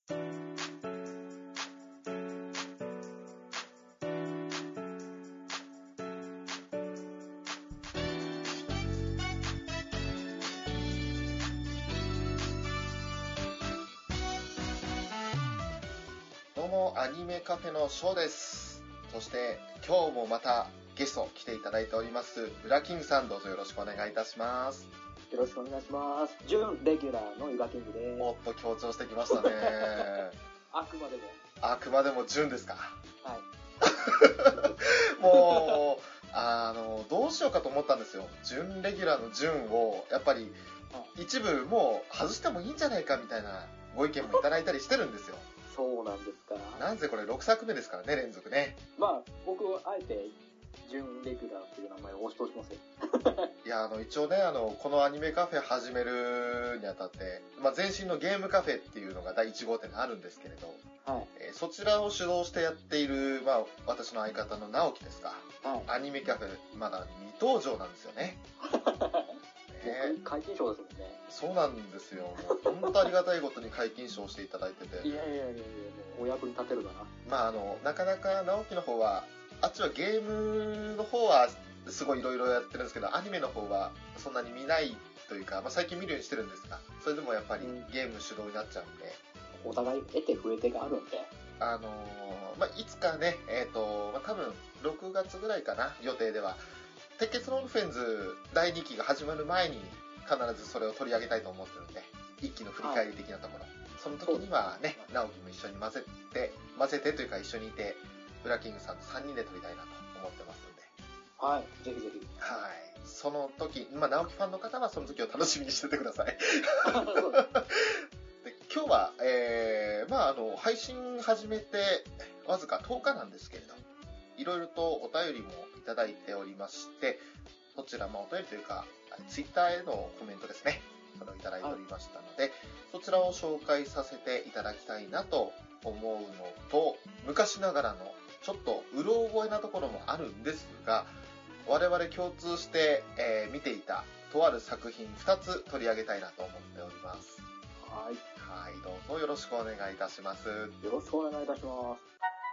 どうも、アニメカフェのショーです。そして今日もまたゲスト来ていただいておりますウラキングさん、どうぞよろしくお願いいたします。 よろしくお願いします。準レギュラーのウラキングです。 もっと強調してきましたね。 あくまでも準ですか。 はい。 もうどうしようかと思ったんですよ。準レギュラーの準をやっぱり一部もう外してもいいんじゃないかみたいなご意見もいただいたりしてるんですよ。 そうなんですか。 なんせこれ6作目ですからね、連続ね。 まあ僕はあえて準レギュラーっていう名前を押し通しますよ。 いや、一応ね、このアニメカフェ始めるにあたって、前身のゲームカフェっていうのが第1号店にあるんですけれど、 はい。 そちらを主導してやっている、私の相方の直樹ですか。 はい。 アニメカフェ、まだ未登場なんですよね。 僕、皆勤賞ですもんね。 そうなんですよ。もう本当ありがたいことに皆勤賞していただいてて。 いや、もうお役に立てるかな。 なかなか直樹の方は、あっちはゲームの方はすごいいろいろやってるんですけど、アニメの方はそんなに見ないというか、最近見るようにしてるんですが、それでもやっぱりゲーム主導になっちゃうんで。 お互い得て増えてがあるんで。 いつかね、多分6月ぐらいかな、予定では。鉄血のオルフェンズ第2期が始まる前に必ずそれを取り上げたいと思ってるんで、一期の振り返り的なところ、その時にはね、直樹も一緒に混ぜてというか一緒にいて、ウラキングさんと3人で撮りたいなと思ってますんで。 はい、ぜひぜひ。 はい。その時、直樹ファンの方はその時を楽しみにしててください。で今日は、配信始めてわずか10日なんですけれど、いろいろとお便りもいただいておりまして、そちらお便りというか、ツイッターへのコメントですね。それをいただいておりましたので、そちらを紹介させていただきたいなと思うのと、昔ながらのちょっとうろ覚えなところもあるんですが、我々共通して、見ていたとある作品2つ取り上げたいなと思っております。 はい。 はい、どうぞよろしくお願いいたします。 よろしくお願いいたします。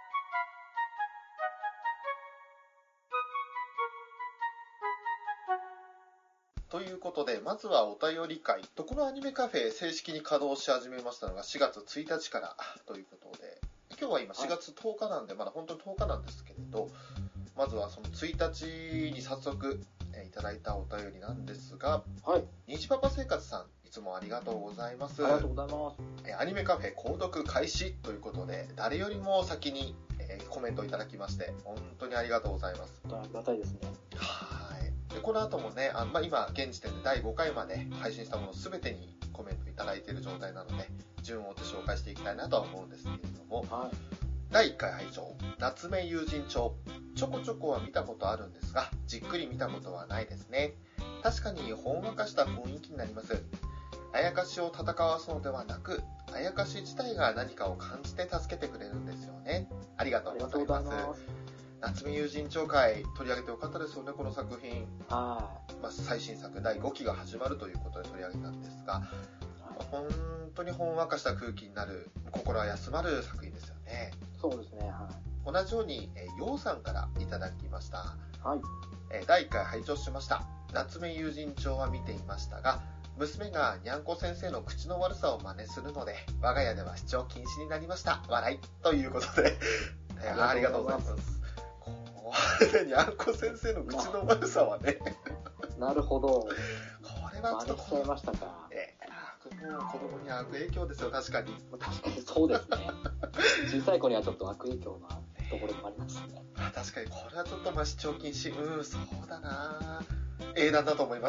ということで、まずはお便り会。このアニメカフェ正式に稼働し始めましたのが4月1日からということで、今日は今4月10日なんで、まだ本当に10日なんですけれど、まずはその1日に早速いただいたお便りなんですが、 はい。 虹パパ生活さん、いつもありがとうございます。 ありがとうございます。 アニメカフェ購読開始ということで、誰よりも先にコメントいただきまして、本当にありがとうございます。 ありがたいですね。 はい。でこの後もね、今現時点で第5回まで配信したもの全てにコメントいただいている状態なので、順を追って紹介していきたいなとは思うんですけれども、 はい。 第1回拝聴、夏目友人帳。ちょこちょこは見たことあるんですが、じっくり見たことはないですね。確かにほんわかした雰囲気になります。あやかしを戦わすのではなく、あやかし自体が何かを感じて助けてくれるんですよね。ありがとうございます。夏目友人帳会取り上げてよかったですよね、この作品。最新作第5期が始まるということで取り上げたんですが、本当にほんわかした空気になる、心は休まる作品ですよね。 そうですね。はい。 同じように、ようさんからいただきました。 はい。 第1回拝聴しました。夏目友人帳は見ていましたが、娘がにゃんこ先生の口の悪さを真似するので、我が家では視聴禁止になりました。笑い。ということで、ありがとうございます。これにゃんこ先生の口の悪さはね。 なるほど。これはちょっと真似しちゃいましたか。 もう子供に悪影響ですよ、確かに。 確かにそうですね。小さい子にはちょっと悪影響なところもありますね。 確かにこれはちょっと視聴禁止。そうだな。英断だと思います。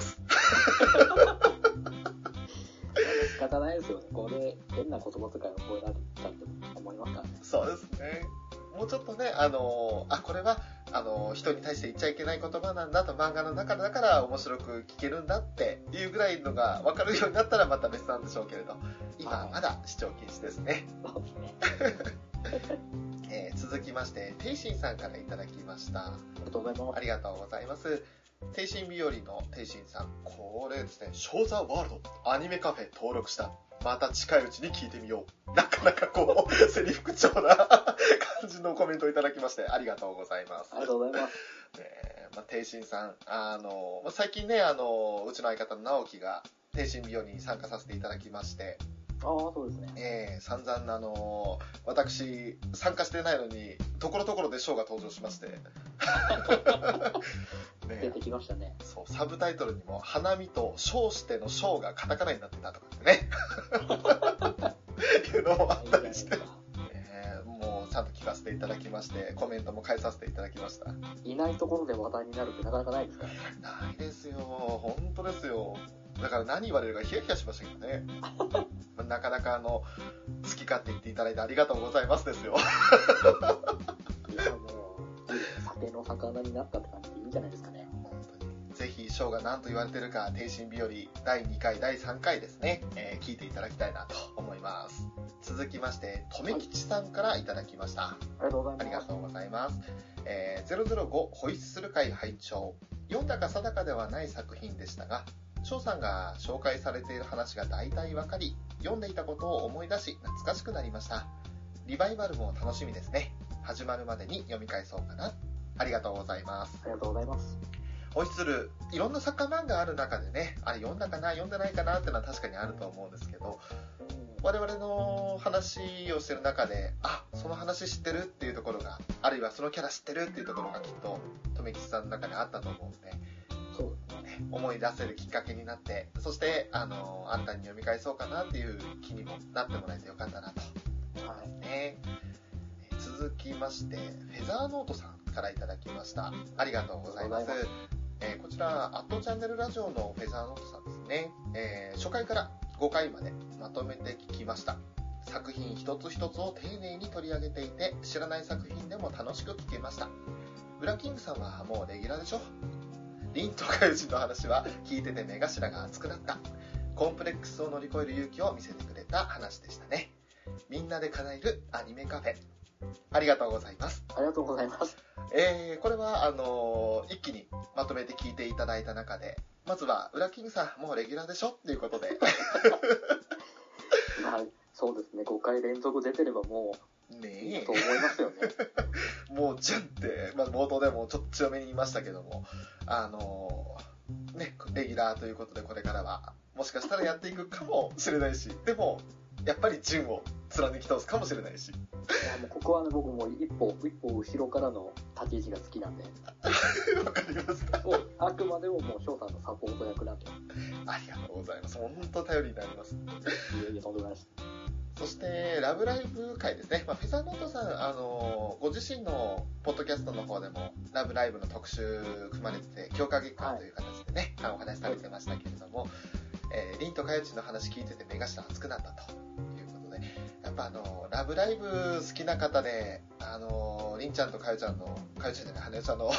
仕方ないですよね。これ変な言葉遣いを覚えられたって思いますからね。 そうですね。もうちょっとね、これは人に対して言っちゃいけない言葉なんだと、漫画の中だから面白く聞けるんだっていうぐらいのが分かるようになったらまた別なんでしょうけれど、今はまだ視聴禁止ですね。 そうですね。続きましてテイシンさんからいただきました。 ありがとうございます。 ありがとうございます。テイシン日和のテイシンさん、これですね、ショーザワールドアニメカフェ登録した。 また近いうちに聞いてみよう。なかなかこう、セリフ口調な感じのコメントをいただきまして、ありがとうございます。 ありがとうございます。 ていしんさん、最近ね、うちの相方の直樹が、ていしん美容に参加させていただきまして、 そうですね。 散々私、参加してないのに、ところどころでショーが登場しまして。 出てきましたね。 そう、サブタイトルにも、花見と称しての章がカタカナになってたとかってね。いうのもあったりして。もう、ちゃんと聞かせていただきまして、コメントも返させていただきました。 いないところで話題になるってなかなかないですからね。 ないですよ。本当ですよ。だから何言われるかヒヤヒヤしましたけどね。なかなか好き勝手言っていただいてありがとうございますですよ。 いやもう、酒の魚になったって感じでいいんじゃないですかね。 本当に。ぜひ、ショーが何と言われてるか、ていしん日和第2回、第3回ですね、聞いていただきたいなと思います。続きまして、とめきちさんからいただきました。 ありがとうございます。 ありがとうございます。005ホイッスル会拝聴。読んだか定かではない作品でしたが、翔さんが紹介されている話が大体わかり、読んでいたことを思い出し懐かしくなりました。リバイバルも楽しみですね。始まるまでに読み返そうかな。ありがとうございます。 ありがとうございます。 ホイッスル、いろんなサッカー漫画ある中でね、あれ読んだかな読んでないかなっていうのは確かにあると思うんですけど、我々の話をしてる中で、その話知ってるっていうところが、あるいはそのキャラ知ってるっていうところがきっととめきちさんの中にあったと思うので、 そうですね。 思い出せるきっかけになって、そしてあんたに読み返そうかなっていう気にもなってもらえてよかったなと思いますね。続きまして、フェザーノートさんからいただきました。ありがとうございます。こちら、アットチャンネルラジオのフェザーノートさんですね。初回から5回までまとめて聞きました。作品一つ一つを丁寧に取り上げていて、知らない作品でも楽しく聞けました。ウラキングさんはもうレギュラーでしょ。凛とかゆじの話は聞いてて目頭が熱くなった。コンプレックスを乗り越える勇気を見せてくれた話でしたね。みんなで叶えるアニメカフェ。ありがとうございます。 ありがとうございます。 これは一気にまとめて聞いていただいた中で、まずはウラキングさんもうレギュラーでしょっていうことでまあそうですね、5回連続出てればもういいと思いますよね。 もうじゃんって、冒頭でもちょっと強めに言いましたけども、レギュラーということでこれからはもしかしたらやっていくかもしれないし、でもやっぱり順を貫き通すかもしれないし。 いやもうここはね、僕も一歩後ろからの立ち位置が好きなんで。 わかりました。 あくまでももう翔さんのサポート役なんで。 ありがとうございます。本当頼りになります。 いやとんでもないです。 そしてラブライブ会ですね。フェザーノートさん、ご自身のポッドキャストの方でもラブライブの特集組まれてて、強化月間という形でね、お話しされてましたけれども、凛とかよちの話聞いてて目頭熱くなったということで、やっぱラブライブ好きな方で、凛ちゃんとかよちゃんの、かよちゃんじゃない、はなよちゃんの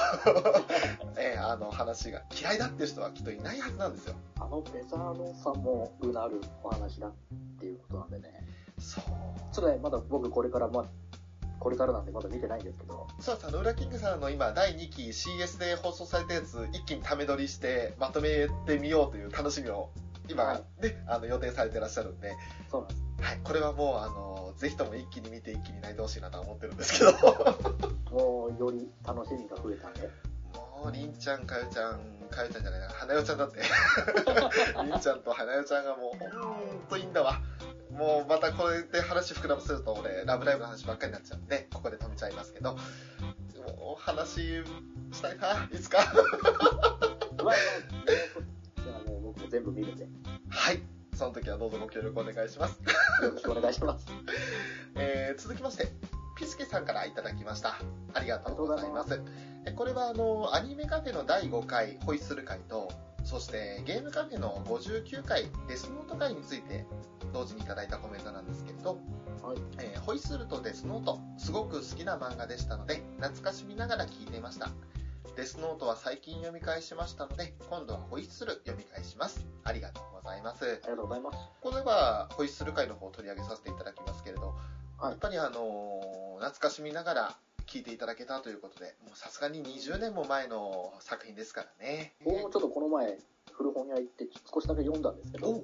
話が嫌いだっていう人はきっといないはずなんですよ。 フェザーノさんもうなるお話だっていうことなんでね。 そう。 ちょっとね、まだ僕これからなんでまだ見てないんですけど。 そうです。ウラキングさんの今第2期 CS で放送されたやつ一気にため撮りしてまとめてみようという楽しみを今、ね、予定されてらっしゃるんで。 そうなんです。 はい。これはもうぜひとも一気に見て一気に泣いてほしいなとは思ってるんですけど。 もうより楽しみが増えたんで。 もうりんちゃん、かよちゃんじゃないな、花代ちゃんだって。りんちゃんと花代ちゃんがもうほんといいんだわ。もうまたこれで話膨らませると俺ラブライブの話ばっかりになっちゃうんでここで止めちゃいますけど、もう話したいな、いつか。 もう僕も全部見るんで。 はい、その時はどうぞご協力お願いします。 よろしくお願いします。 続きましてピスケさんからいただきました。ありがとうございます。これはアニメカフェの第5回ホイッスル会と、そしてゲームカフェの59回デスノート会について同時にいただいたコメントなんですけれど、 はい、 ホイッスルとデスノートすごく好きな漫画でしたので懐かしみながら聞いていました。デスノートは最近読み返しましたので今度はホイッスル読み返します。ありがとうございます。 ありがとうございます。 これはホイッスル会の方を取り上げさせていただきますけれど、やっぱり懐かしみながら聞いていただけたということで、もうさすがに20年も前の作品ですからね。 僕もちょっとこの前古本屋行って少しだけ読んだんですけど、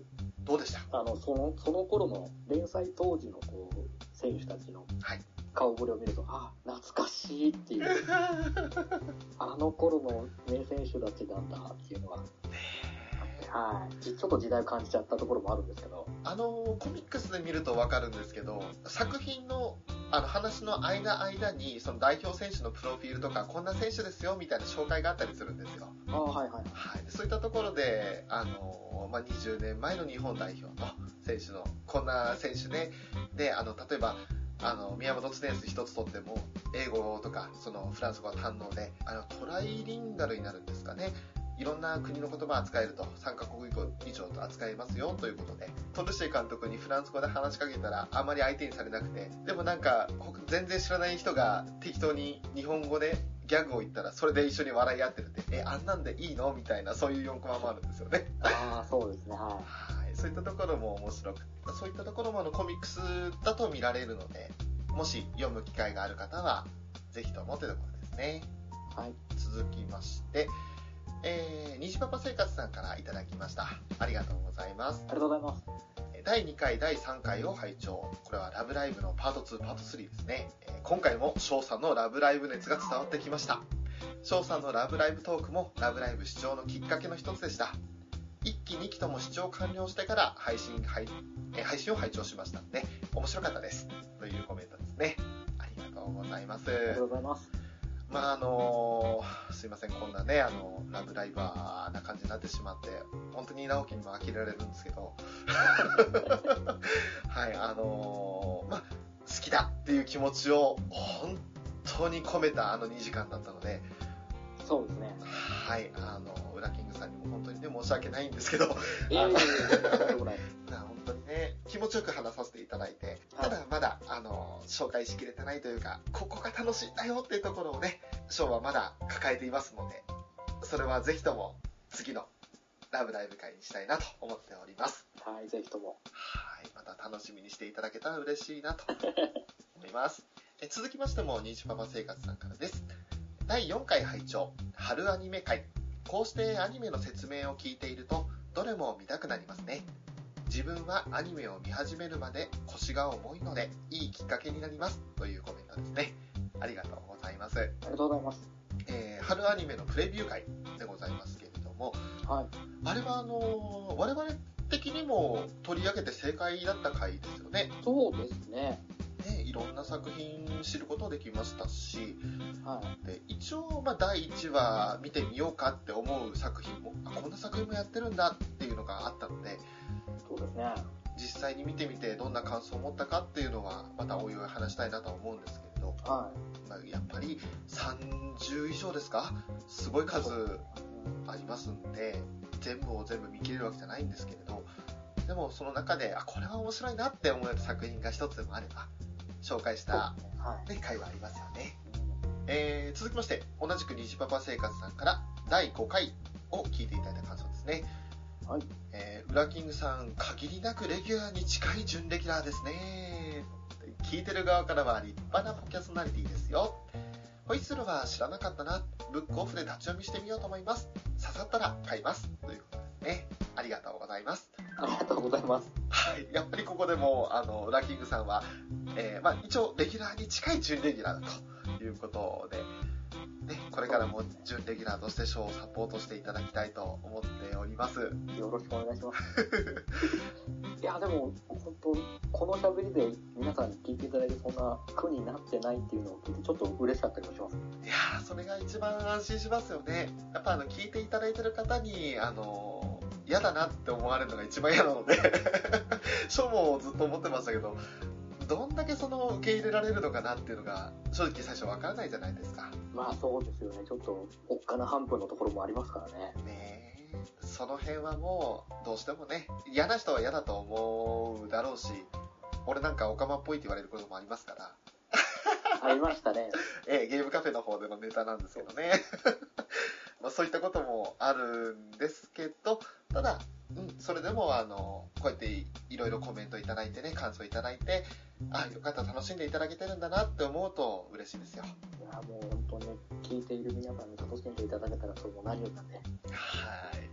どうでした？ その頃の連載当時のこう選手たちの顔ぶれを見ると、あ、懐かしいっていうあの頃の名選手たちなんだっていうのが、はい、ちょっと時代を感じちゃったところもあるんですけど、 コミックスで見ると分かるんですけど、作品の話の間にその代表選手のプロフィールとかこんな選手ですよみたいな紹介があったりするんですよ。 はい、 そういったところで20年前の日本代表の選手のこんな選手ねで、例えば宮本常康一つとっても英語とかそのフランス語が堪能でトライリンガルになるんですかね。いろんな国の言葉を扱えると3カ国以上と扱えますよということで、トルシエ監督にフランス語で話しかけたらあまり相手にされなくて、でもなんか全然知らない人が適当に日本語でギャグを言ったらそれで一緒に笑い合ってるって、あんなんでいいのみたいな、そういう4コマもあるんですよね。 そうですね。はい。 そういったところも面白く、そういったところもコミックスだと見られるので、もし読む機会がある方はぜひと思っているところですね。 はい。 続きまして虹パパ生活さんからいただきました。ありがとうございます。 ありがとうございます。 第2回第3回を拝聴。これはラブライブのパート2パート3ですね。今回も翔さんのラブライブ熱が伝わってきました。翔さんのラブライブトークもラブライブ視聴のきっかけの一つでした。1期2期とも視聴完了してから配信を拝聴しましたので面白かったですというコメントですね。ありがとうございます。 ありがとうございます。 すいません、こんなね、ラブライバーな感じになってしまって、本当に直樹にも呆れられるんですけど、はい、好きだっていう気持ちを本当に込めた2時間だったので、 そうですね。 はい、ウラキングさんにも本当にね、申し訳ないんですけど、 本当にね、気持ちよく話させていただいて、ただまだ、紹介しきれてないというか、ここが楽しいんだよっていうところをね、翔はまだ抱えていますので、それはぜひとも次のラブライブ会にしたいなと思っております。 はい、ぜひとも。 はい、また楽しみにしていただけたら嬉しいなと思います。続きましても、ニーチパパ生活さんからです。第4回拝聴、春アニメ会。こうしてアニメの説明を聞いていると、どれも見たくなりますね。自分はアニメを見始めるまで腰が重いので、いいきっかけになりますというコメントですね。ありがとうございます。 ありがとうございます。 春アニメのプレビュー会でございますけれども、 はい、 あれは我々的にも取り上げて正解だった回ですよね。 そうですね。 いろんな作品知ることできましたし、 はい、 で一応第1話見てみようかって思う作品も、こんな作品もやってるんだっていうのがあったので、 そうですね。 実際に見てみてどんな感想を持ったかっていうのはまたおいおい話したいなと思うんですけれど、 はい、 やっぱり30以上ですか、すごい数ありますんで、全部を全部見切れるわけじゃないんですけれど、でもその中でこれは面白いなって思える作品が一つでもあれば紹介した、回はありますよね。続きまして同じく虹パパ生活さんから第5回を聞いていただいた感想ですね。 はい、 ウラキングさん、限りなくレギュラーに近い準レギュラーですね。聞いてる側からは立派なポキャスナリティですよ。ホイッスルは知らなかったな。ブックオフで立ち読みしてみようと思います。刺さったら買いますということですね。ありがとうございます。 ありがとうございます。 はい、やっぱりここでもウラキングさんは、一応レギュラーに近い準レギュラーだということで、ね、これからも準レギュラーとしてショーをサポートしていただきたいと思っております。 よろしくお願いします。いやでも本当この喋りで皆さんに聞いていただいてそんな苦になってないっていうのを聞いてちょっと嬉しかったりもします。 いやー、それが一番安心しますよね。やっぱ聞いていただいてる方に嫌だなって思われるのが一番嫌なのでショーもずっと思ってましたけど、どんだけ受け入れられるのかなっていうのが正直最初わからないじゃないですか。 まあそうですよね。ちょっとおっかな半分のところもありますからね。 その辺はもうどうしてもね、嫌な人は嫌だと思うだろうし、俺なんかオカマっぽいって言われることもありますからありましたね。 ゲームカフェの方でのネタなんですけどねそういったこともあるんですけど、ただ、それでもこうやっていろいろコメントいただいてね、感想いただいて、よかった、楽しんでいただけてるんだなって思うと嬉しいですよ。 いやもう本当に聞いている皆さんに楽しんでいただけたらそれも何よりなんで。 はい。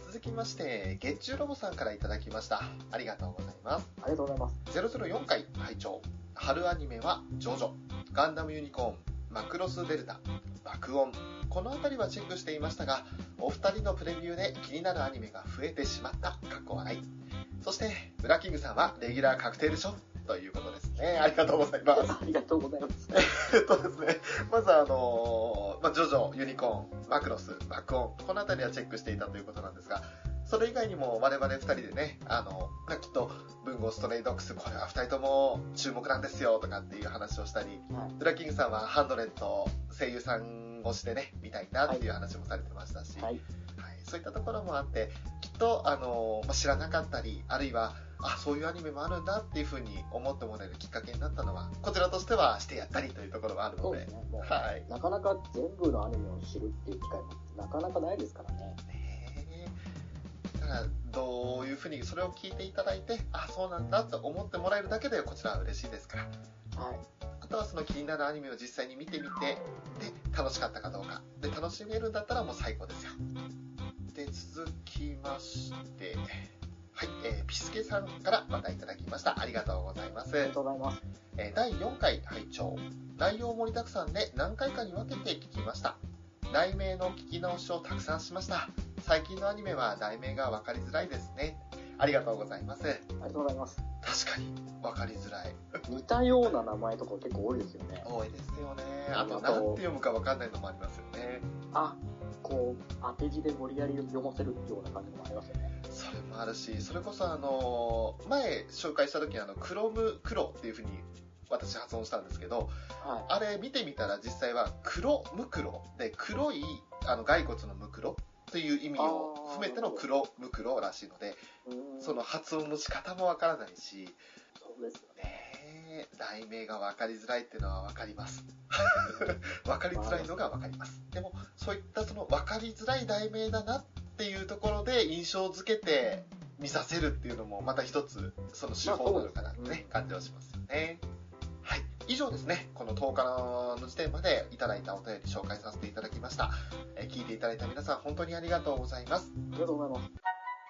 続きまして、月中ロボさんからいただきました。ありがとうございます。 ありがとうございます。 004回拝聴。春アニメはジョジョ、ガンダムユニコーン、マクロスデルタ、爆音。このあたりはチェックしていましたが、お二人のプレビューで気になるアニメが増えてしまった。かっこ笑い。そして、ブラキングさんはレギュラー確定でしょということですね。ありがとうございます。 ありがとうございます。 ですね、まずジョジョ、ユニコーン、マクロス、爆音、このあたりはチェックしていたということなんですが、それ以外にも我々2人でね、きっと文豪ストレイドッグス、これは2人とも注目なんですよとかっていう話をしたり、ブラキングさんはハンドレッド、声優さん越しでね、見たいなっていう話もされてましたし、はい、そういったところもあって、きっと知らなかったり、あるいはそういうアニメもあるんだっていう風に思ってもらえるきっかけになったのは、こちらとしてはしてやったりというところはあるので、 そうですね、もうはい、なかなか全部のアニメを知るっていう機会もなかなかないですからね。 だからどういう風にそれを聞いていただいて、そうなんだと思ってもらえるだけでこちらは嬉しいですから、はい、あとはその気になるアニメを実際に見てみて、で楽しかったかどうかで楽しめるんだったらもう最高ですよ。で続きまして、はい、ピスケさんからまたいただきました。ありがとうございます。 ありがとうございます。 第4回拝聴。内容盛りだくさんで何回かに分けて聞きました。題名の聞き直しをたくさんしました。最近のアニメは題名が分かりづらいですね。ありがとうございます。ありがとうございます。 確かに分かりづらい。 似たような名前とか結構多いですよね。 多いですよね。あと何て読むか分かんないのもありますよね。 こう当て字で無理やり読ませるような感じもありますよね。 それもあるし、それこそ前紹介した時にクロムクロっていう風に私発音したんですけど、はい、あれ見てみたら実際は黒ムクロで、黒い骸骨のムクロという意味を含めての黒ムクロらしいので、その発音の仕方もわからないし、 そうですよね。 題名が分かりづらいっていうのは分かります。分かりづらいのが分かります。でもそういったその分かりづらい題名だなっていうところで印象づけて見させるっていうのもまた一つその手法なのかなってね、感じはしますよね。はい、以上ですね。この10日の時点までいただいたお便り紹介させていただきました。聞いていただいた皆さん本当にありがとうございます。 ありがとうございます。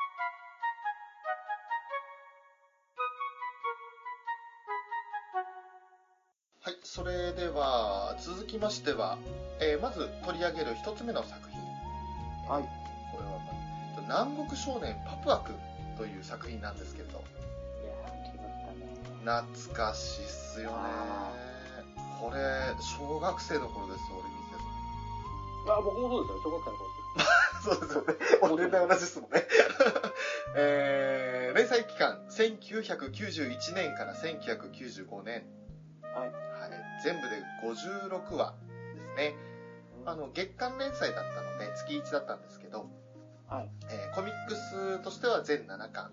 はい、それでは続きましては、まず取り上げる一つ目の作品、 はい、 これは南国少年パプア君という作品なんですけれど、 いやー、来ましたね。 懐かしいっすよね。これ小学生の頃ですよ、俺見てた。僕もそうですよ、小学生の頃そうですよね。俺年代同じですもんね。連載期間1991年から1995年、はい、全部で56話ですね。月刊連載だったので月1だったんですけど、はい、コミックスとしては全7巻、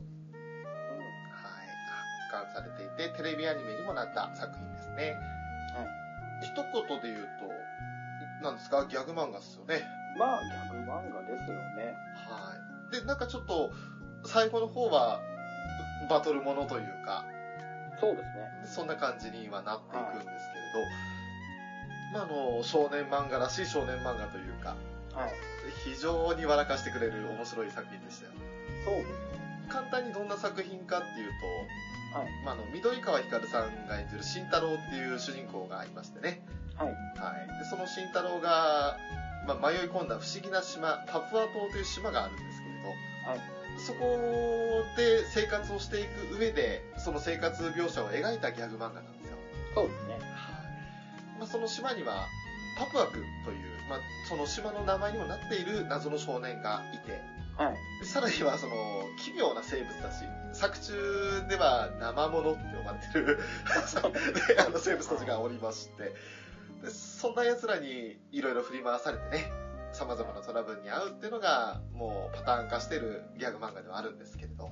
発刊されていて、テレビアニメにもなった作品ですね。はい、一言で言うと何ですか、ギャグ漫画ですよね。 ギャグ漫画ですよね。 はい。で、なんかちょっと最後の方はバトルものというか、 そうですね。 そんな感じにはなっていくんですけれど、少年漫画らしい少年漫画というか、はい、非常に笑かしてくれる面白い作品でしたよ。 そうですね。 簡単にどんな作品かっていうと、はい、緑川光さんが演じる慎太郎っていう主人公がいましてね、はいはい、でその慎太郎が、迷い込んだ不思議な島、パプア島という島があるんですけれど、はい、そこで生活をしていく上でその生活描写を描いたギャグ漫画なんですよ。 そうですね。 はい、その島にはパプア君という、その島の名前にもなっている謎の少年がいて、はい、でさらにはその奇妙な生物たち、作中では生物って呼ばれてる生物たちがおりまして、でそんな奴らにいろいろ振り回されてね、様々なトラブルに遭うっていうのがもうパターン化してるギャグ漫画ではあるんですけれど、はい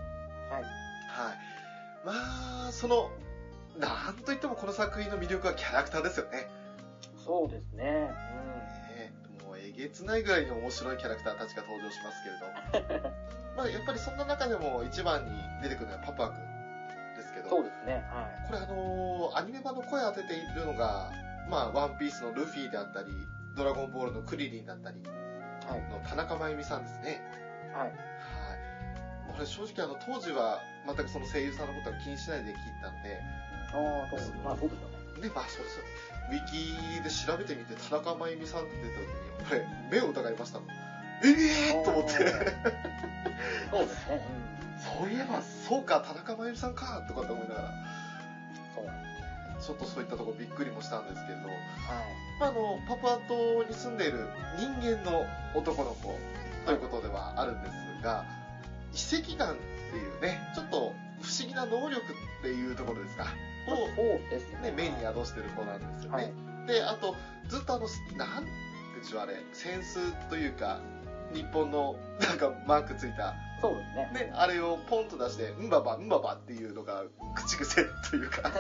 はい、そのなんといってもこの作品の魅力はキャラクターですよね。 そうですね。 もうえげつないぐらいに面白いキャラクターたちが登場しますけれどやっぱりそんな中でも一番に出てくるのはパプア君ですけど、 そうですね。はい、 これアニメ版の声を当てているのが、ワンピースのルフィであったり、ドラゴンボールのクリリンだったりの田中真由美さんですね。はい。はい。 俺正直当時は全くその声優さんのことは気にしないで聞いたんで、 そうですよね。そうですよ。 ウィキで調べてみて田中真由美さんって出た時に俺目を疑いましたもん。と思って。 そうですね。 そういえばそうか、田中真由美さんかとかって思いながら、ちょっとそういったところびっくりもしたんですけど、パプア島に住んでいる人間の男の子ということではあるんですが、遺跡眼っていうね、ちょっと不思議な能力っていうところですか、目に宿してる子なんですよね。で、あとずっとなんでしょう、あれ扇子というか日本のなんかマークついた、 そうですね。 あれをポンと出してうんばばっていうのが口癖というか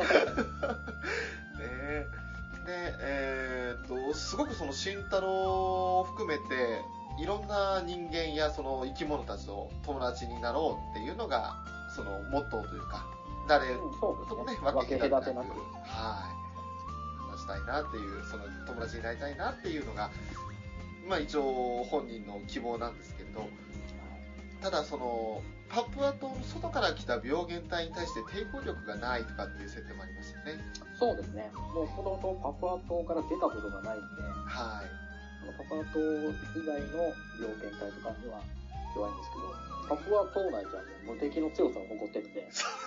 ですごくその慎太郎を含めていろんな人間やその生き物たちと友達になろうっていうのがそのモットーというか、誰ともね分け隔てなく話したいなっていう、その友達になりたいなっていうのが一応本人の希望なんですけれど、ただそのパプア島の外から来た病原体に対して抵抗力がないとかっていう設定もありますよね。 そうですね。もともとパプア島から出たことがないんで、パプア島以外の病原体とかには弱いんですけど、パプア島内じゃもう無敵の強さを誇ってるんで。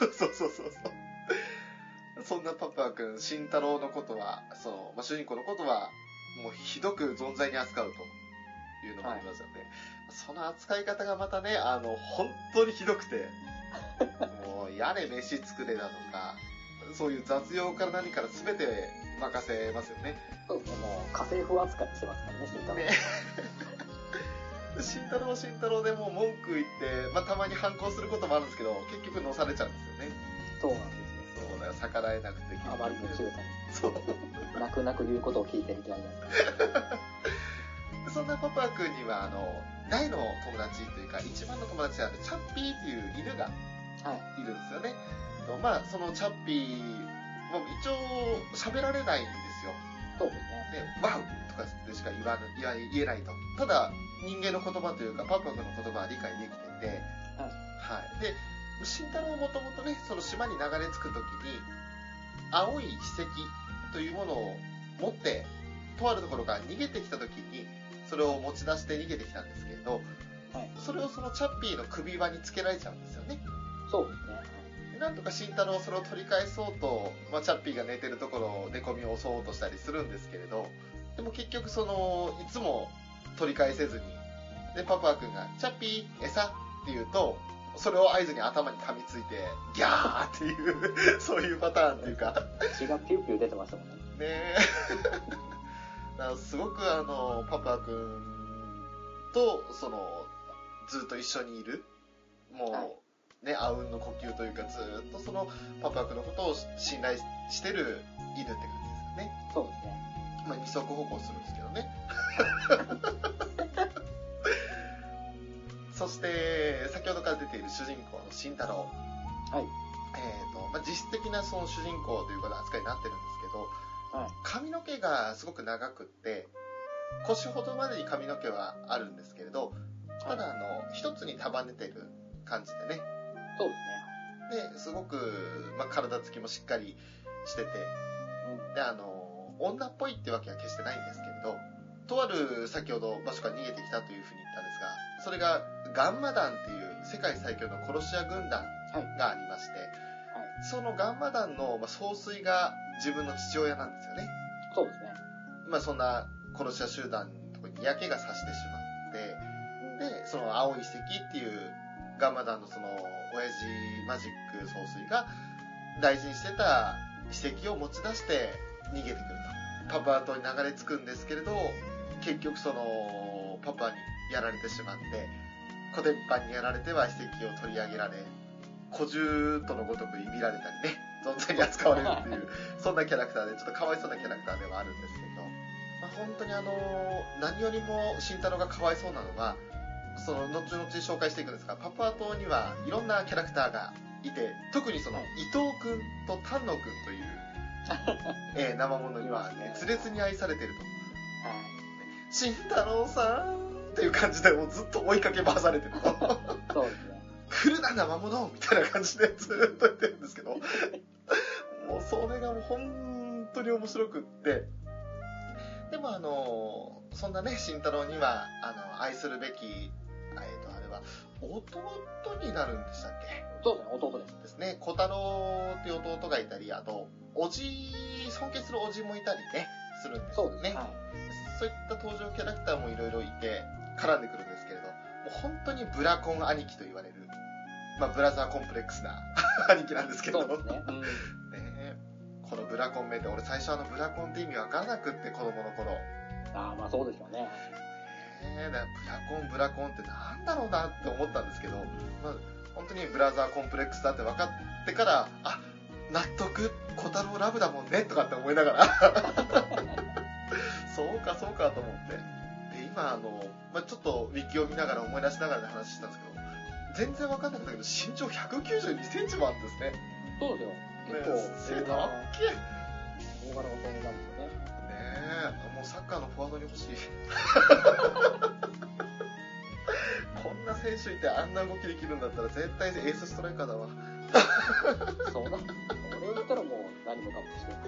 そんなパプア君、慎太郎のことは、主人公のことはもうひどく存在に扱うというのもありますよね。その扱い方がまたね、本当にひどくて、もうやれ飯作れだとか、そういう雑用から何から全て任せますよね。 そうですね、もう家政婦扱いしてますからね、慎太郎。 慎太郎でもう文句言って、たまに反抗することもあるんですけど、結局乗されちゃうんですよね。 そうなんですよ。 そうだよ、逆らえなくて。 あまりの強さに。 そう。 泣く泣く言うことを聞いてみたいな。 そんなパパ君には大の友達というか一番の友達であるチャッピーっていう犬がいるんですよね。そのチャッピーも一応喋られないんですよ。 そうですね。 ワウとかでしか言えないと。ただ人間の言葉というかパパ君の言葉は理解できてて、で慎太郎もともとね、その島に流れ着く時に青い筆跡というものを持ってとあるところから逃げてきた時にそれを持ち出して逃げてきたんですけれど、それをそのチャッピーの首輪につけられちゃうんですよね。 そうですね。 なんとか慎太郎はそれを取り返そうと、チャッピーが寝てるところを寝込みを襲おうとしたりするんですけれど、でも結局いつも取り返せずに、でパパ君がチャッピー餌って言うと、それを合図に頭に噛みついてギャーっていうそういうパターンっていうか、 血がピューピュー出てましたもんね。 すごくパパ君とずっと一緒にいる、もうあうんの呼吸というか、ずっとそのパパ君のことを信頼してる犬って感じですよね。 そうですね。 二足歩行するんですけどね。そして先ほどから出ている主人公の慎太郎、実質的なその主人公という扱いになってるんですけど、髪の毛がすごく長くって腰ほどまでに髪の毛はあるんですけれど、ただ一つに束ねてる感じでね。 そうですね。ですごく、体つきもしっかりしてて、で女っぽいってわけは決してないんですけれど、とある先ほど場所から逃げてきたというふうに言ったんですが、それがガンマ団っていう世界最強の殺し屋軍団がありまして、そのガンマ団の総帥が自分の父親なんですよね。 そうですね。 そんな殺し屋集団のところに嫌気がさしてしまって、でその青い遺跡っていうガンマ団のその親父マジック総帥が大事にしてた遺跡を持ち出して逃げてくると。パパ島に流れ着くんですけれど、結局そのパパにやられてしまって、コテンパンにやられては遺跡を取り上げられ、小獣とのごとくいびられたりね、存在に扱われるっていうそんなキャラクターで、ちょっとかわいそうなキャラクターではあるんですけど、本当に何よりも慎太郎がかわいそうなのは、その後々紹介していくんですが、パパ島にはいろんなキャラクターがいて、特にその伊藤くんと丹野くんという生物には熱烈に愛されていると。慎太郎さんっていう感じでもうずっと追いかけ回されてると。 そうですね。 来るな生ものみたいな感じでずっと言ってるんですけどもうそれがもう本当に面白くって、でもそんなね慎太郎には愛するべきあれは弟になるんでしたっけ。 そうですね、弟ですね。小太郎っていう弟がいたり、あと尊敬するおじもいたりねするんですよね。そうですね、はい、そういった登場キャラクターもいろいろいて絡んでくるんですけれど、もう本当にブラコン兄貴と言われる、ブラザーコンプレックスな兄貴なんですけど、そうですね、このブラコン名で俺最初ブラコンって意味わからなくって子供の頃。 そうでしょうね。 ブラコンってなんだろうなって思ったんですけど、本当にブラザーコンプレックスだって分かってから、納得、小太郎ラブだもんねとかって思いながらそうかと思って、で今ちょっとウィキを見ながら思い出しながら話したんですけど、全然分かんなかったけど身長192センチもあるんですね。 そうですよ。 背高っけ。 大柄の男なんですよね。 もうサッカーのフォワードに欲しいこんな選手いてあんな動きできるんだったら絶対エースストライカーだわそうだ、俺を言ったらもう何もかもして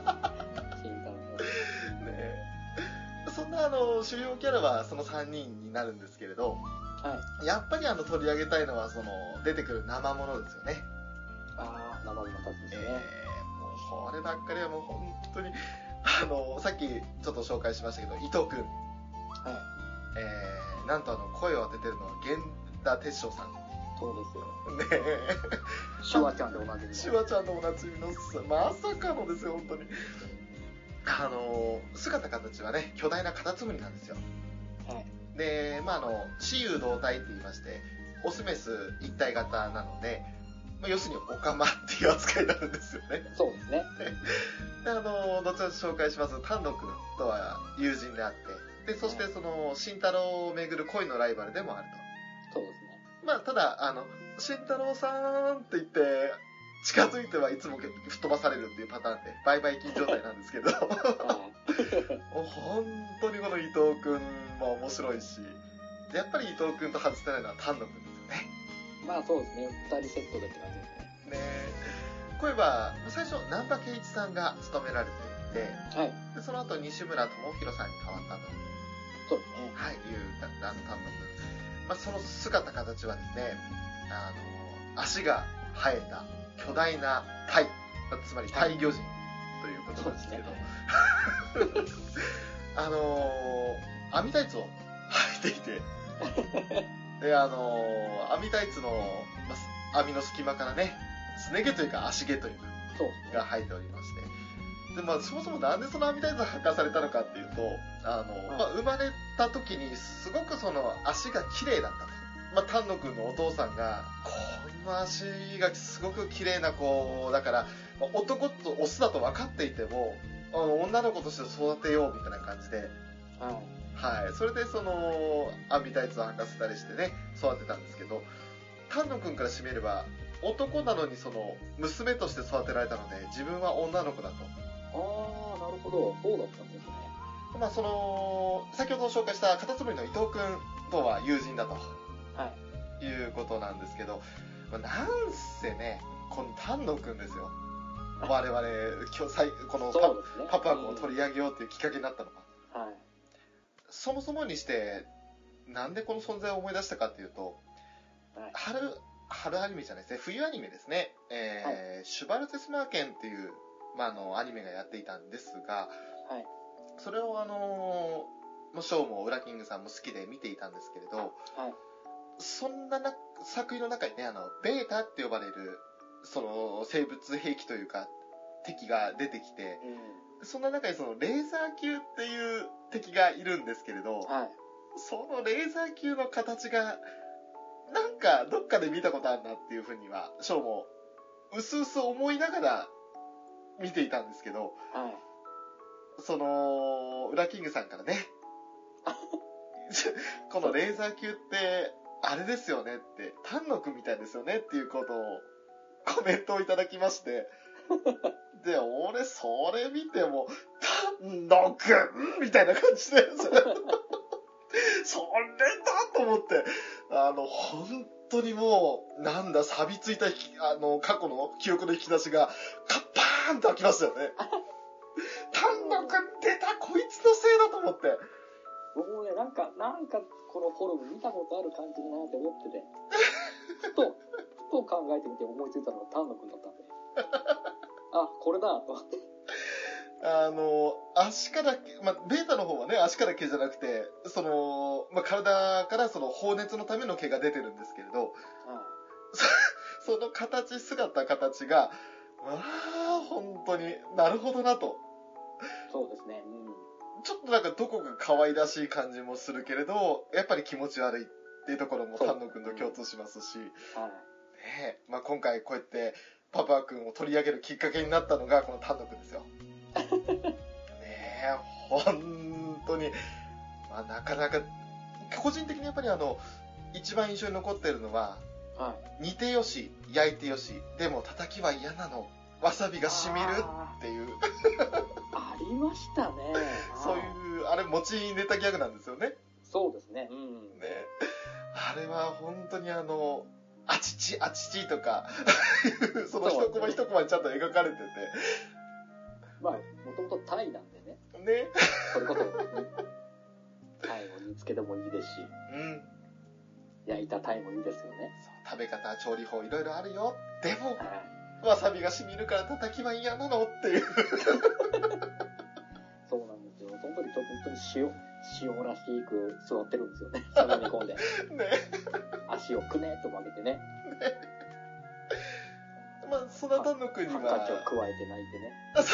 そんな主要キャラはその3人になるんですけれど、やっぱり取り上げたいのはその出てくる生ものですよね。 生ものたちですね。 もうこればっかりはもう本当にさっきちょっと紹介しましたけど伊藤君、なんと声を当ててるのは源田鉄章さん。 そうですよね。シュワちゃんでおなじみのシュワちゃんでおなじみのまさかのですよ本当に。姿形はね巨大なカタツムリなんですよ。で雌雄同体って言いましてオスメス一体型なので、要するにオカマっていう扱いになるんですよね。 そうですね。 で後ほど紹介します丹野くんとは友人であって、でそしてその慎太郎をめぐる恋のライバルでもあると。そうですね。 ただ慎太郎さんって言って近づいてはいつも吹っ飛ばされるっていうパターンで売買金状態なんですけどもう本当にこの伊藤くんも面白いし、やっぱり伊藤くんと外せないのは丹野くんですよね。 そうですね、2人セットでって感じですね。 声は最初難波圭一さんが務められていて、でその後西村智弘さんに変わったと。 そうですね。 いう丹野くん。その姿形はですね、足が生えた巨大なタイ、つまりタイ魚人ということなんですけど、網タイツを履いていて、で網タイツの網の隙間からね、すね毛というか足毛というかが生えておりまして、でそもそもなんでその網タイツを履かされたのかっていうと、生まれた時にすごくその足が綺麗だったと。丹野くんのお父さんがこの足がすごく綺麗な子だから、男とオスだと分かっていても女の子として育てようみたいな感じで、それでその網タイツを履かせたりしてね育てたんですけど、丹野くんからしてみれば男なのにその娘として育てられたので自分は女の子だと。 なるほど、そうだったんですね。 その先ほど紹介したカタツムリの伊藤くんとは友人だと、いうことなんですけど、なんせねこの丹野くんですよ、我々今日このパプア君を取り上げようっていうきっかけになったのが、そもそもにしてなんでこの存在を思い出したかっていうと、春アニメじゃないですね、冬アニメですね、シュバルツェスマーケンっていう、アニメがやっていたんですが、それをショーもウラキングさんも好きで見ていたんですけれど、そんな作品の中にねベータって呼ばれるその生物兵器というか敵が出てきて、そんな中にそのレーザー級っていう敵がいるんですけれど、そのレーザー級の形がなんかどっかで見たことあるなっていうふうにはショーもうすうす思いながら見ていたんですけど、そのウラキングさんからねこのレーザー級ってあれですよねって、丹野くんみたいですよねっていうことをコメントをいただきましてで俺それ見ても丹野くんみたいな感じでそれだと思って、 本当にもう、なんだ、錆びついた過去の記憶の引き出しが、カッパーンと開きましたよね。丹野くん出た、こいつのせいだと思って。 僕もね、なんか、このフォルム見たことある感じだなって思ってて、ふと考えてみて思いついたのが丹野くんだったんで、あ、これだと思って。 足から、ベータの方はね、足から毛じゃなくて、体から放熱のための毛が出てるんですけれど、その形が、本当になるほどなと。 そうですね。 ちょっとなんかどこか可愛らしい感じもするけれど、やっぱり気持ち悪いっていうところも丹野くんと共通しますし、今回こうやってパパくんを取り上げるきっかけになったのがこの丹野くんですよ。本当に、なかなか、個人的にやっぱり一番印象に残っているのは、煮てよし、焼いてよし、でも叩きは嫌なの。わさびが染みるっていう。 ありましたね。 そういう、あれ、持ちネタギャグなんですよね。 そうですね。 あれは本当にあちちとか、その一コマ一コマにちゃんと描かれてて。 もともとタイなんでね。それこそ、タイも煮付けでもいいですし、焼いたタイもいいですよね。 食べ方、調理法いろいろあるよ。でも、わさびが染みるから叩きは嫌なのっていう。 そうなんですよ。その時本当に塩らしく座ってるんですよね。その煮込んで。足をくねっと曲げてね。 その丹野くんには。 ハンカチを加えて泣いてね。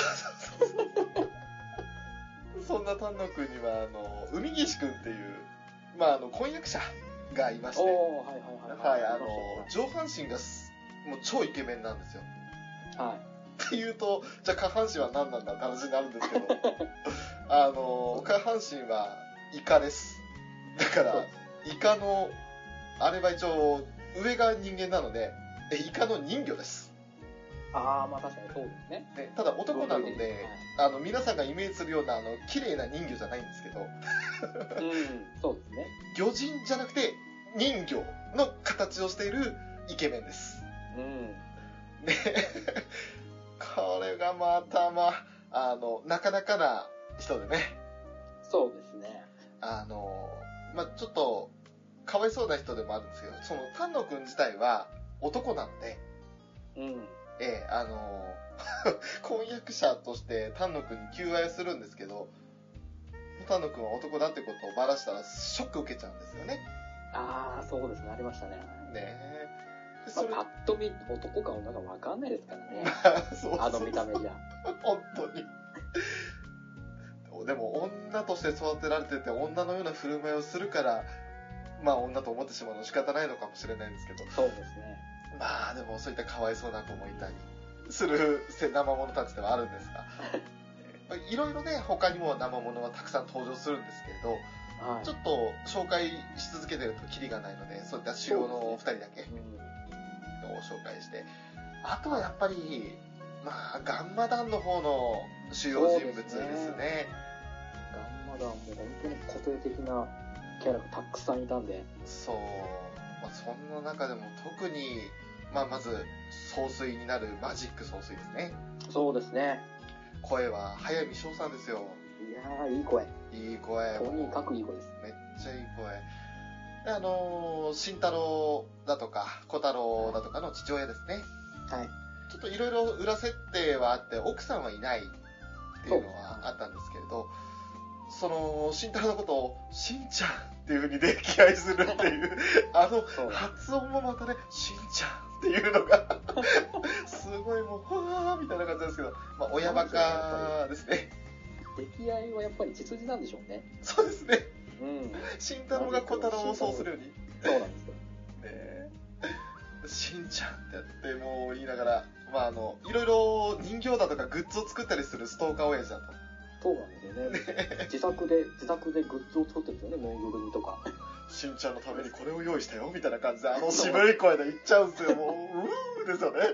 そんな丹野くんには、海岸くんっていう、婚約者がいまして。上半身がもう超イケメンなんですよ。っていうと、じゃあ下半身は何なんだって話になるんですけど、下半身はイカです。だから、イカの、あれは一応、上が人間なので、イカの人魚です。 確かにそうですね。 ただ男なので、皆さんがイメージするような、綺麗な人魚じゃないんですけど、 そうですね。 魚人じゃなくて、人魚の形をしているイケメンです。これがまたなかなかな人でね。 そうですね。 ちょっと、かわいそうな人でもあるんですけど、その丹野くん自体は男なので、婚約者として丹野くんに求愛するんですけど、丹野くんは男だってことをばらしたらショック受けちゃうんですよね。 そうですね、ありましたね。 パッと見男か女か分かんないですからね。見た目じゃ。 本当に。でも女として育てられてて女のような振る舞いをするから、女と思ってしまうのは仕方ないのかもしれないんですけど。 そうですね。 でもそういったかわいそうな子もいたりする生物たちではあるんですが、いろいろね、他にも生物はたくさん登場するんですけれど、ちょっと紹介し続けてるとキリがないので、そういった主要の2人だけを紹介して、あとはやっぱり、ガンマ団の方の主要人物ですね。 ガンマ団も本当に個性的なキャラがたくさんいたんで。 そんな中でも特に、まず総帥になるマジック総帥ですね。 そうですね。 声は早見翔さんですよ。 いい声。 いい声。 とにかくいい声です。 めっちゃいい声。慎太郎だとか小太郎だとかの父親ですね。ちょっといろいろ裏設定はあって奥さんはいないっていうのはあったんですけれど、その慎太郎のことをしんちゃんっていう風に溺愛するっていう発音もまたね、しんちゃんっていうのがすごいもうはーみたいな感じですけど、親バカですね。 溺愛はやっぱり血筋なんでしょうね。 そうですね。慎太郎が小太郎をそうするように。 そうなんですよ。 しんちゃんってやってもう言いながら、いろいろ人形だとかグッズを作ったりするストーカー親父だと。 そうなんですよね。自作でグッズを作ってるんですよね、ぬいぐるみとか。 しんちゃんのためにこれを用意したよみたいな感じで渋い声で言っちゃうんですよ。もうですよね。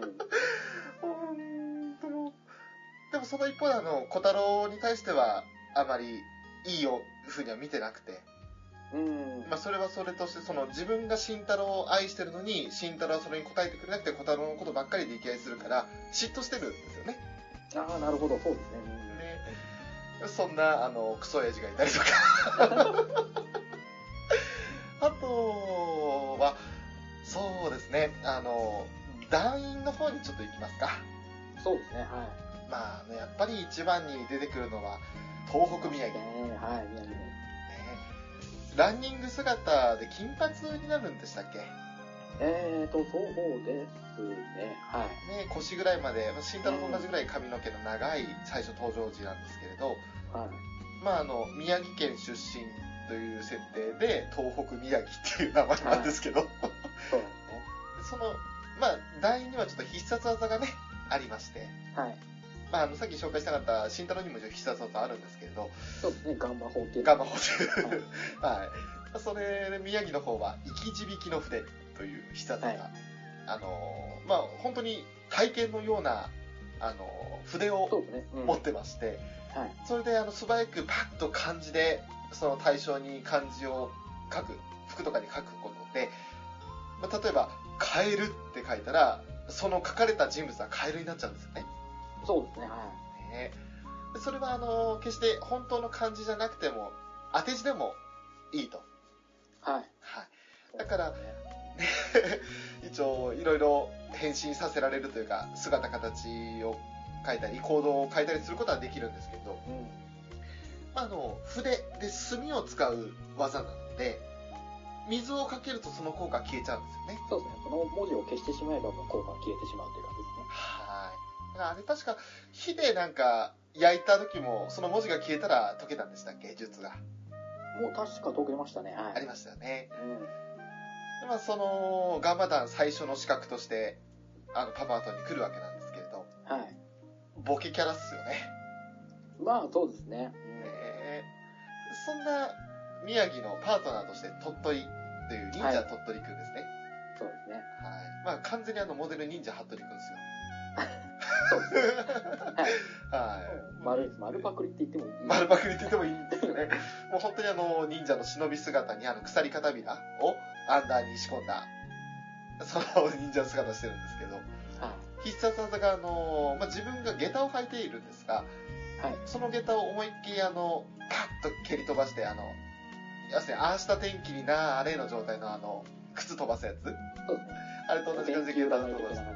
でもその一方で小太郎に対してはあまりいい風には見てなくて、 まあ、それはそれとして、その自分が慎太郎を愛してるのに、慎太郎はそれに応えてくれなくて、小太郎のことばっかりで溺愛するから、嫉妬してるんですよね。 ああ、なるほど、そうですね。 そんな、クソ親父がいたりとか。あとは、そうですね、団員の方にちょっと行きますか。 そうですね、はい。 まあ、やっぱり一番に出てくるのは、東北宮城。 はい、宮城ね。 ランニング姿で金髪になるんでしたっけ？ そうですね、はい。 ね、腰ぐらいまで、慎太郎と同じぐらい髪の毛の長い最初登場時なんですけれど、 はい。 まあ、宮城県出身という設定で、東北宮城っていう名前なんですけど、はい、 そうですね。 まあ、団員にはちょっと必殺技がね、ありまして、 はい。 まあ、さっき紹介したかった慎太郎にも必殺技あるんですけれど、 そうですね、ガンマ法っていう。 ガンマ法っていう。はい。それで宮城の方は、生き字引の筆という必殺技。はい、まあ、本当に体験のような、筆を持ってまして、 はい、 それで素早くパッと漢字で、その対象に漢字を書く、服とかに書くことで、まあ、例えば、カエルって書いたら、その書かれた人物はカエルになっちゃうんですよね。 そうですね、はい。 ね、それは決して本当の漢字じゃなくても、当て字でもいいと。 はい。 はい。だから、ね、一応、いろいろ変身させられるというか、姿形を変えたり、行動を変えたりすることはできるんですけど、まあ、筆で墨を使う技なので、水をかけるとその効果消えちゃうんですよね。 そうですね。その文字を消してしまえばもう効果が消えてしまうという感じですね。 はい。だからあれ確か火でなんか焼いた時もその文字が消えたら解けたんでしたっけ、術が。 もう確か解けましたね。はい。 ありましたよね。まあそのガンマ弾最初の資格としてパパートに来るわけなんですけれど。 はい。 ボケキャラっすよね。 まあそうですね。 そんな宮城のパートナーとして鳥取という忍者鳥取くんですね。 そうですね。はい。 まあ完全にモデル忍者服部くんですよ。 そうですね。はい。丸パクリって言ってもいい。 丸パクリって言ってもいいんですよね。もう本当に忍者の忍び姿に鎖片びらをアンダーに仕込んだ、その忍者姿してるんですけど、はい、必殺技がまあ、自分が下駄を履いているんですが、はい、その下駄を思いっきりパッと蹴り飛ばして、要するにああした天気になあれの状態の靴飛ばすやつ、あれと同じ感じで下駄を飛ばして、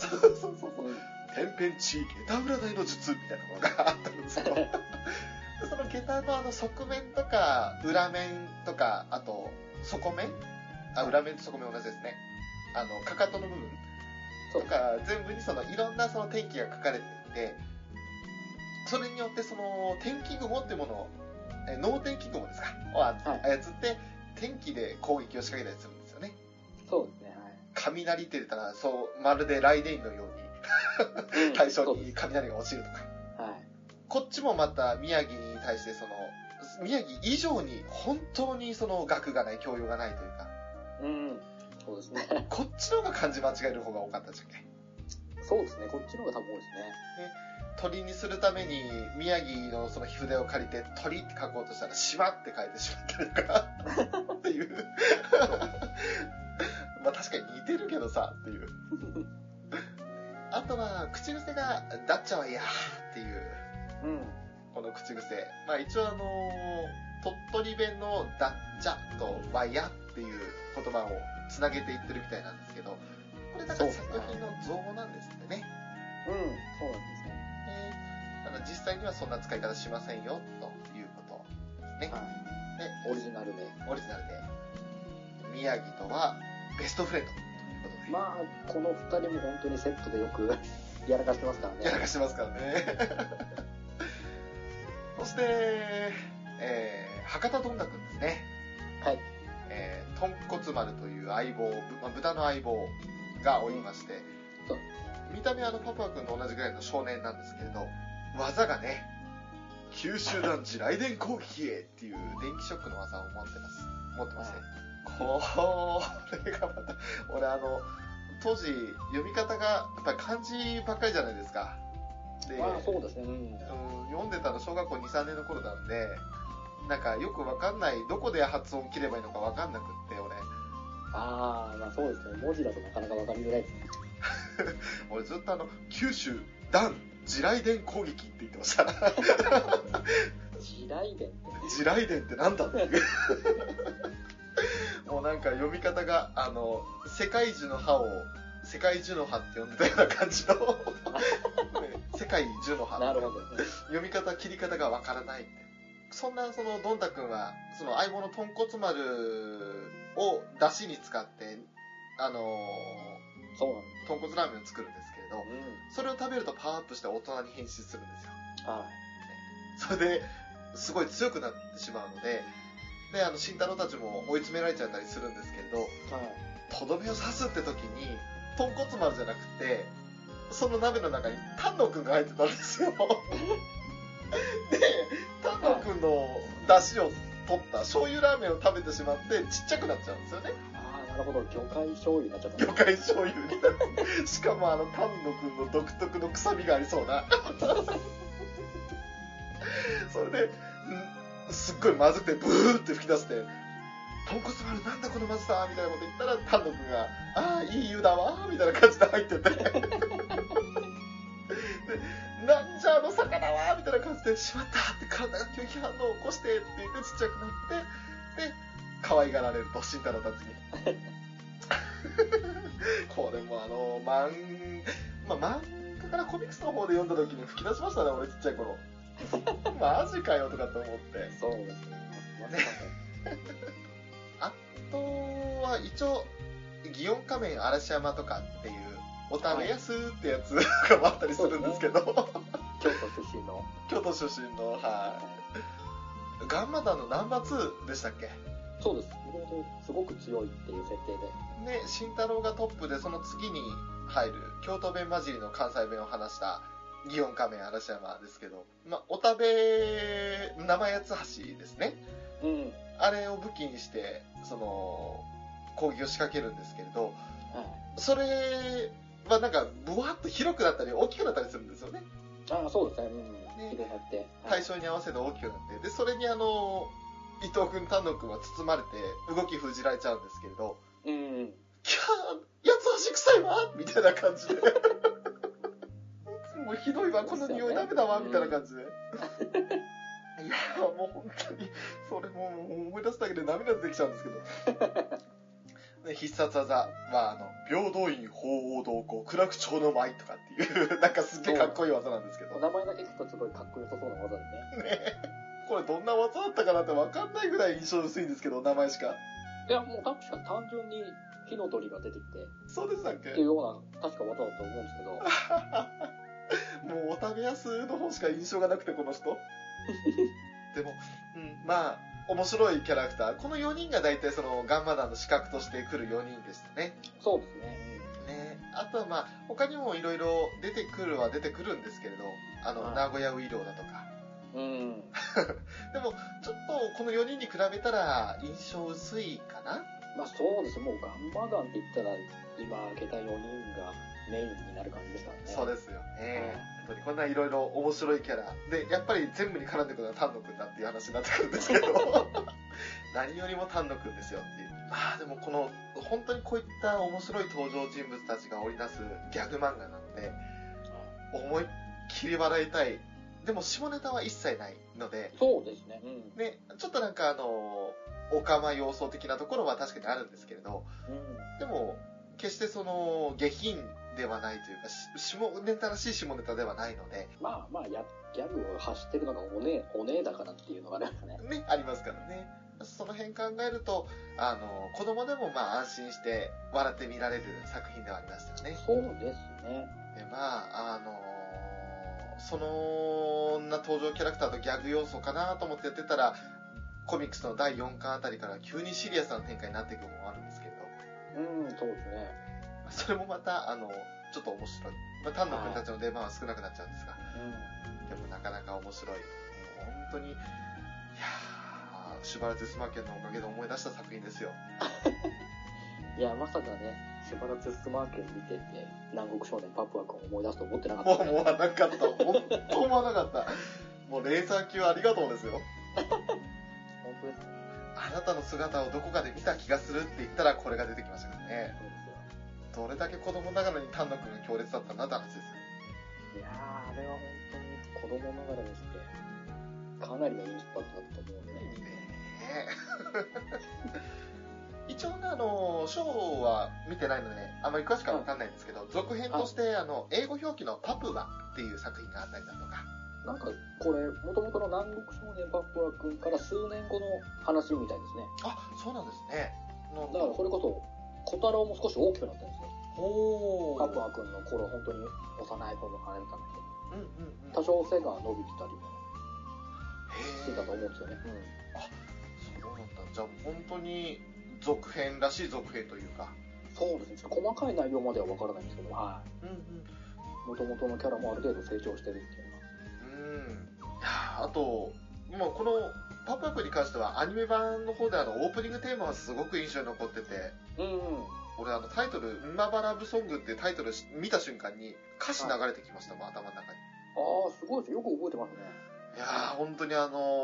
そう天変地異下駄占いの術みたいなものがあったんですよ。その下駄の側面とか裏面とか、あと底面、裏面と底面同じですね。かかとの部分とか全部にいろんな天気が書かれていて、それによって天気雲っていうものを、脳天気雲ですかを操って天気で攻撃を仕掛けたりするんですよね。 そうですね。はい、 雷って言ったらまるでライデインのように対象に雷が落ちるとか、はい、こっちもまた宮城に対して宮城以上に本当に学がない、教養がないというか、 そうですね。 こっちの方が漢字間違える方が多かったじゃんけ。 そうですね。こっちの方が多分多いですね。 鳥にするために宮城のその筆を借りて鳥って書こうとしたら島って書いてしまったりとかっていうまあ確かに似てるけどさっていうあとは口癖がだっちゃはいやっていう、この口癖、まあ一応鳥取弁のだっちゃとはやっていう言葉をつなげていってるみたいなんですけど、これだから作品の造語なんですってね。 そうなんですね。 ただ実際にはそんな使い方しませんよということですね。 オリジナルで宮城とはベストフレンドということで、 まあこの2人も本当にセットでよくやらかしてますからね。 やらかしてますからね。そして、博多どんだくんですね。 はい。 豚骨丸という相棒、豚の相棒がおりまして、見た目はパパ君と同じぐらいの少年なんですけれど、技がね、九州男児雷電攻撃へっていう電気ショックの技を持ってますね。これがまた、俺当時読み方がやっぱり漢字ばっかりじゃないですか。 で、そうですね。 読んでたの小学校2、3年の頃なんで、 なんかよくわかんない、どこで発音切ればいいのかわかんなくって、俺。 まあそうですね。文字だとなかなかわかりづらいですね。 俺ずっと九州、ダン、地雷伝攻撃って言ってました。 地雷伝地雷伝ってなんだっていう。もうなんか読み方が、世界樹の葉を、世界樹の葉って呼んでたような感じの、ね、世界樹の葉。 なるほど。 読み方、切り方がわからないって。そんなドンタ君は、その相棒の豚骨丸を出汁に使って、 そうなんです。 豚骨ラーメンを作るんですけれど、それを食べるとパワーアップして大人に変身するんですよ。 はい。 それですごい強くなってしまうので、で、慎太郎たちも追い詰められちゃったりするんですけれど、とどめを刺すって時に、豚骨丸じゃなくて、その鍋の中に丹野くんが入ってたんですよ。で、丹野くんの出汁を取った醤油ラーメンを食べてしまってちっちゃくなっちゃうんですよね。 なるほど、魚介醤油になっちゃった。 魚介醤油になって、しかも丹野くんの独特の臭みがありそうな。それで、すっごいまずくてブーって吹き出して、豚骨丸なんだこのまずさみたいなこと言ったら丹野くんが、ああいい湯だわみたいな感じで入ってて、でなんじゃあの魚はみたいな感じで、しまったって体が拒否反応を起こしてって言ってちっちゃくなって、で可愛がられると、慎太郎たちに。これも漫画からコミックスの方で読んだ時に吹き出しましたね、俺ちっちゃい頃。マジかよとかって思って。 そうですね。 あとは一応祇園仮面嵐山とかっていうお食べやすってやつがあったりするんですけど、 京都出身のガンマ団のナンバー2でしたっけ。 そうです。すごく強いっていう設定で、慎太郎がトップで、その次に入る京都弁混じりの関西弁を話した祇園仮面嵐山ですけど、お食べ生八つ橋ですね、あれを武器にして攻撃を仕掛けるんですけれど、それはなんかブワッと広くなったり大きくなったりするんですよね。 そうですね。広がって、 対象に合わせて大きくなって、でそれに伊藤君丹野君は包まれて動き封じられちゃうんですけれど、キャー八つ橋臭いわみたいな感じでもうひどいわ、この匂いダメだわみたいな感じで、いやもう本当にそれもう思い出すだけで涙出てきちゃうんですけど必殺技は平等院鳳凰堂苦楽町の舞とかっていうなんかすっげえかっこいい技なんですけど、 お名前だけ聞くとすごいかっこよさそうな技ですね。 これどんな技だったかなって分かんないぐらい印象薄いんですけど、名前しか。 いや、もう確か単純に火の鳥が出てきて、 そうでしたっけっていうような確か技だと思うんですけどもうお食べやすの方しか印象がなくて、この人でも、面白いキャラクター、この4人が大体ガンマ団の刺客として来る4人でしたね。 そうですね。 あとは他にもいろいろ出てくるは出てくるんですけれど、名古屋ウイローだとか、でもちょっとこの4人に比べたら印象薄いかな。 そうです。もうガンマ団って言ったら今挙げた4人がメインになる感じですからね。 そうですよね。本当にこんないろいろ面白いキャラで、やっぱり全部に絡んでくるのは丹野くんだっていう話になってくるんですけど何よりも丹野くんですよっていう。でも本当にこういった面白い登場人物たちが織りなすギャグ漫画なので、思いっきり笑いたい。でも下ネタは一切ないので、 そうですね。 ちょっとなんかオカマ要素的なところは確かにあるんですけれど、でも決して下品ではないというか、下ネタらしい下ネタではないので、 ギャグを発してるのがお姉だからっていうのがありますね。 ありますからね。その辺考えると子供でも安心して笑って見られる作品ではありましたよね。 そうですね。 でそんな登場キャラクターとギャグ要素かなと思ってやってたら、コミックスの第4巻あたりから急にシリアスな展開になっていくのもあるんですけど、 そうですね。 それもまたちょっと面白い。丹野くんたちの出番は少なくなっちゃうんですが、でもなかなか面白い。本当にシュバルツェスマーケンのおかげで思い出した作品ですよ。 いや、まさかね、シュバルツェスマーケン見てて南国少年パプワ君を思い出すと思ってなかった、 思わなかった。本当思わなかった。もうレーザー級ありがとうですよ。 当ですね。 あなたの姿をどこかで見た気がするって言ったらこれが出てきましたからね。 そうですよ。 どれだけ子供ながらに丹野くんが強烈だったんだって話ですよ。 いやー、あれは本当に子供ながらにして、かなりのインパクトだったと思うんでね。 一応ね、ショーは見てないので、あまり詳しくはわかんないんですけど、続編として、英語表記のパプワっていう作品があったりだとか。 なんか、これ、元々の南国少年パプワ君から数年後の話みたいですね。 あ、そうなんですね。 だからそれこそ、小太郎も少し大きくなってるんですよ。 ほー。 パプワ君の頃、本当に幼い頃の話だったんですけど、 うんうんうん。 多少背が伸びてたりもしてたと思うんですよね。 あ、そうなんだ。じゃあ本当に続編らしい続編というか。 そうですね。ちょっと細かい内容まではわからないんですけど、はい。元々のキャラもある程度成長してるっていうのは。 いやあと、もうこのパプアップに関してはアニメ版の方でオープニングテーマはすごく印象に残ってて、俺タイトル、馬場ラブソングってタイトル見た瞬間に歌詞流れてきましたもん、頭の中に。 ああ、すごいです。よく覚えてますね。 いやー、本当に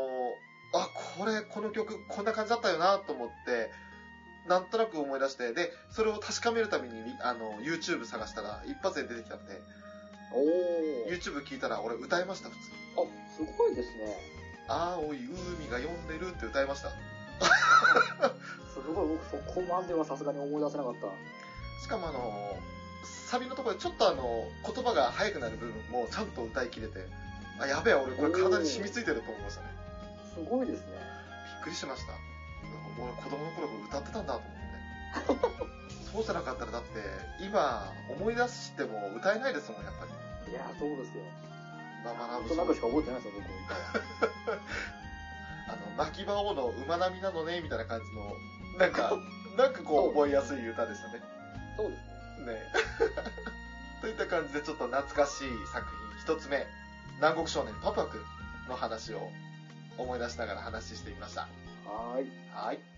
この曲こんな感じだったよなと思って、なんとなく思い出して、で、それを確かめるためにYouTube 探したら一発で出てきたんで、YouTube 聞いたら俺歌いました、普通に。 あ、すごいですね。 青い海が呼んでるって歌いました。 すごい、僕そこまではさすがに思い出せなかった。 しかもサビのところでちょっと言葉が速くなる部分もちゃんと歌い切れて、あ、やべえ、俺これ体に染みついてると思いましたね。 すごいですね。 びっくりしました。俺子供の頃歌ってたんだと思って。そうじゃなかったらだって今思い出しても歌えないですもん、やっぱり。 いや、そうですよ。 なんとなくしか覚えてないですよ、僕の歌は。 巻き場王の馬並みなのねみたいな感じのなんかこう覚えやすい歌でしたね。 そうですね。といった感じでちょっと懐かしい作品一つ目、南国少年パプア君の話を思い出しながら話してみました。 はい。 はい。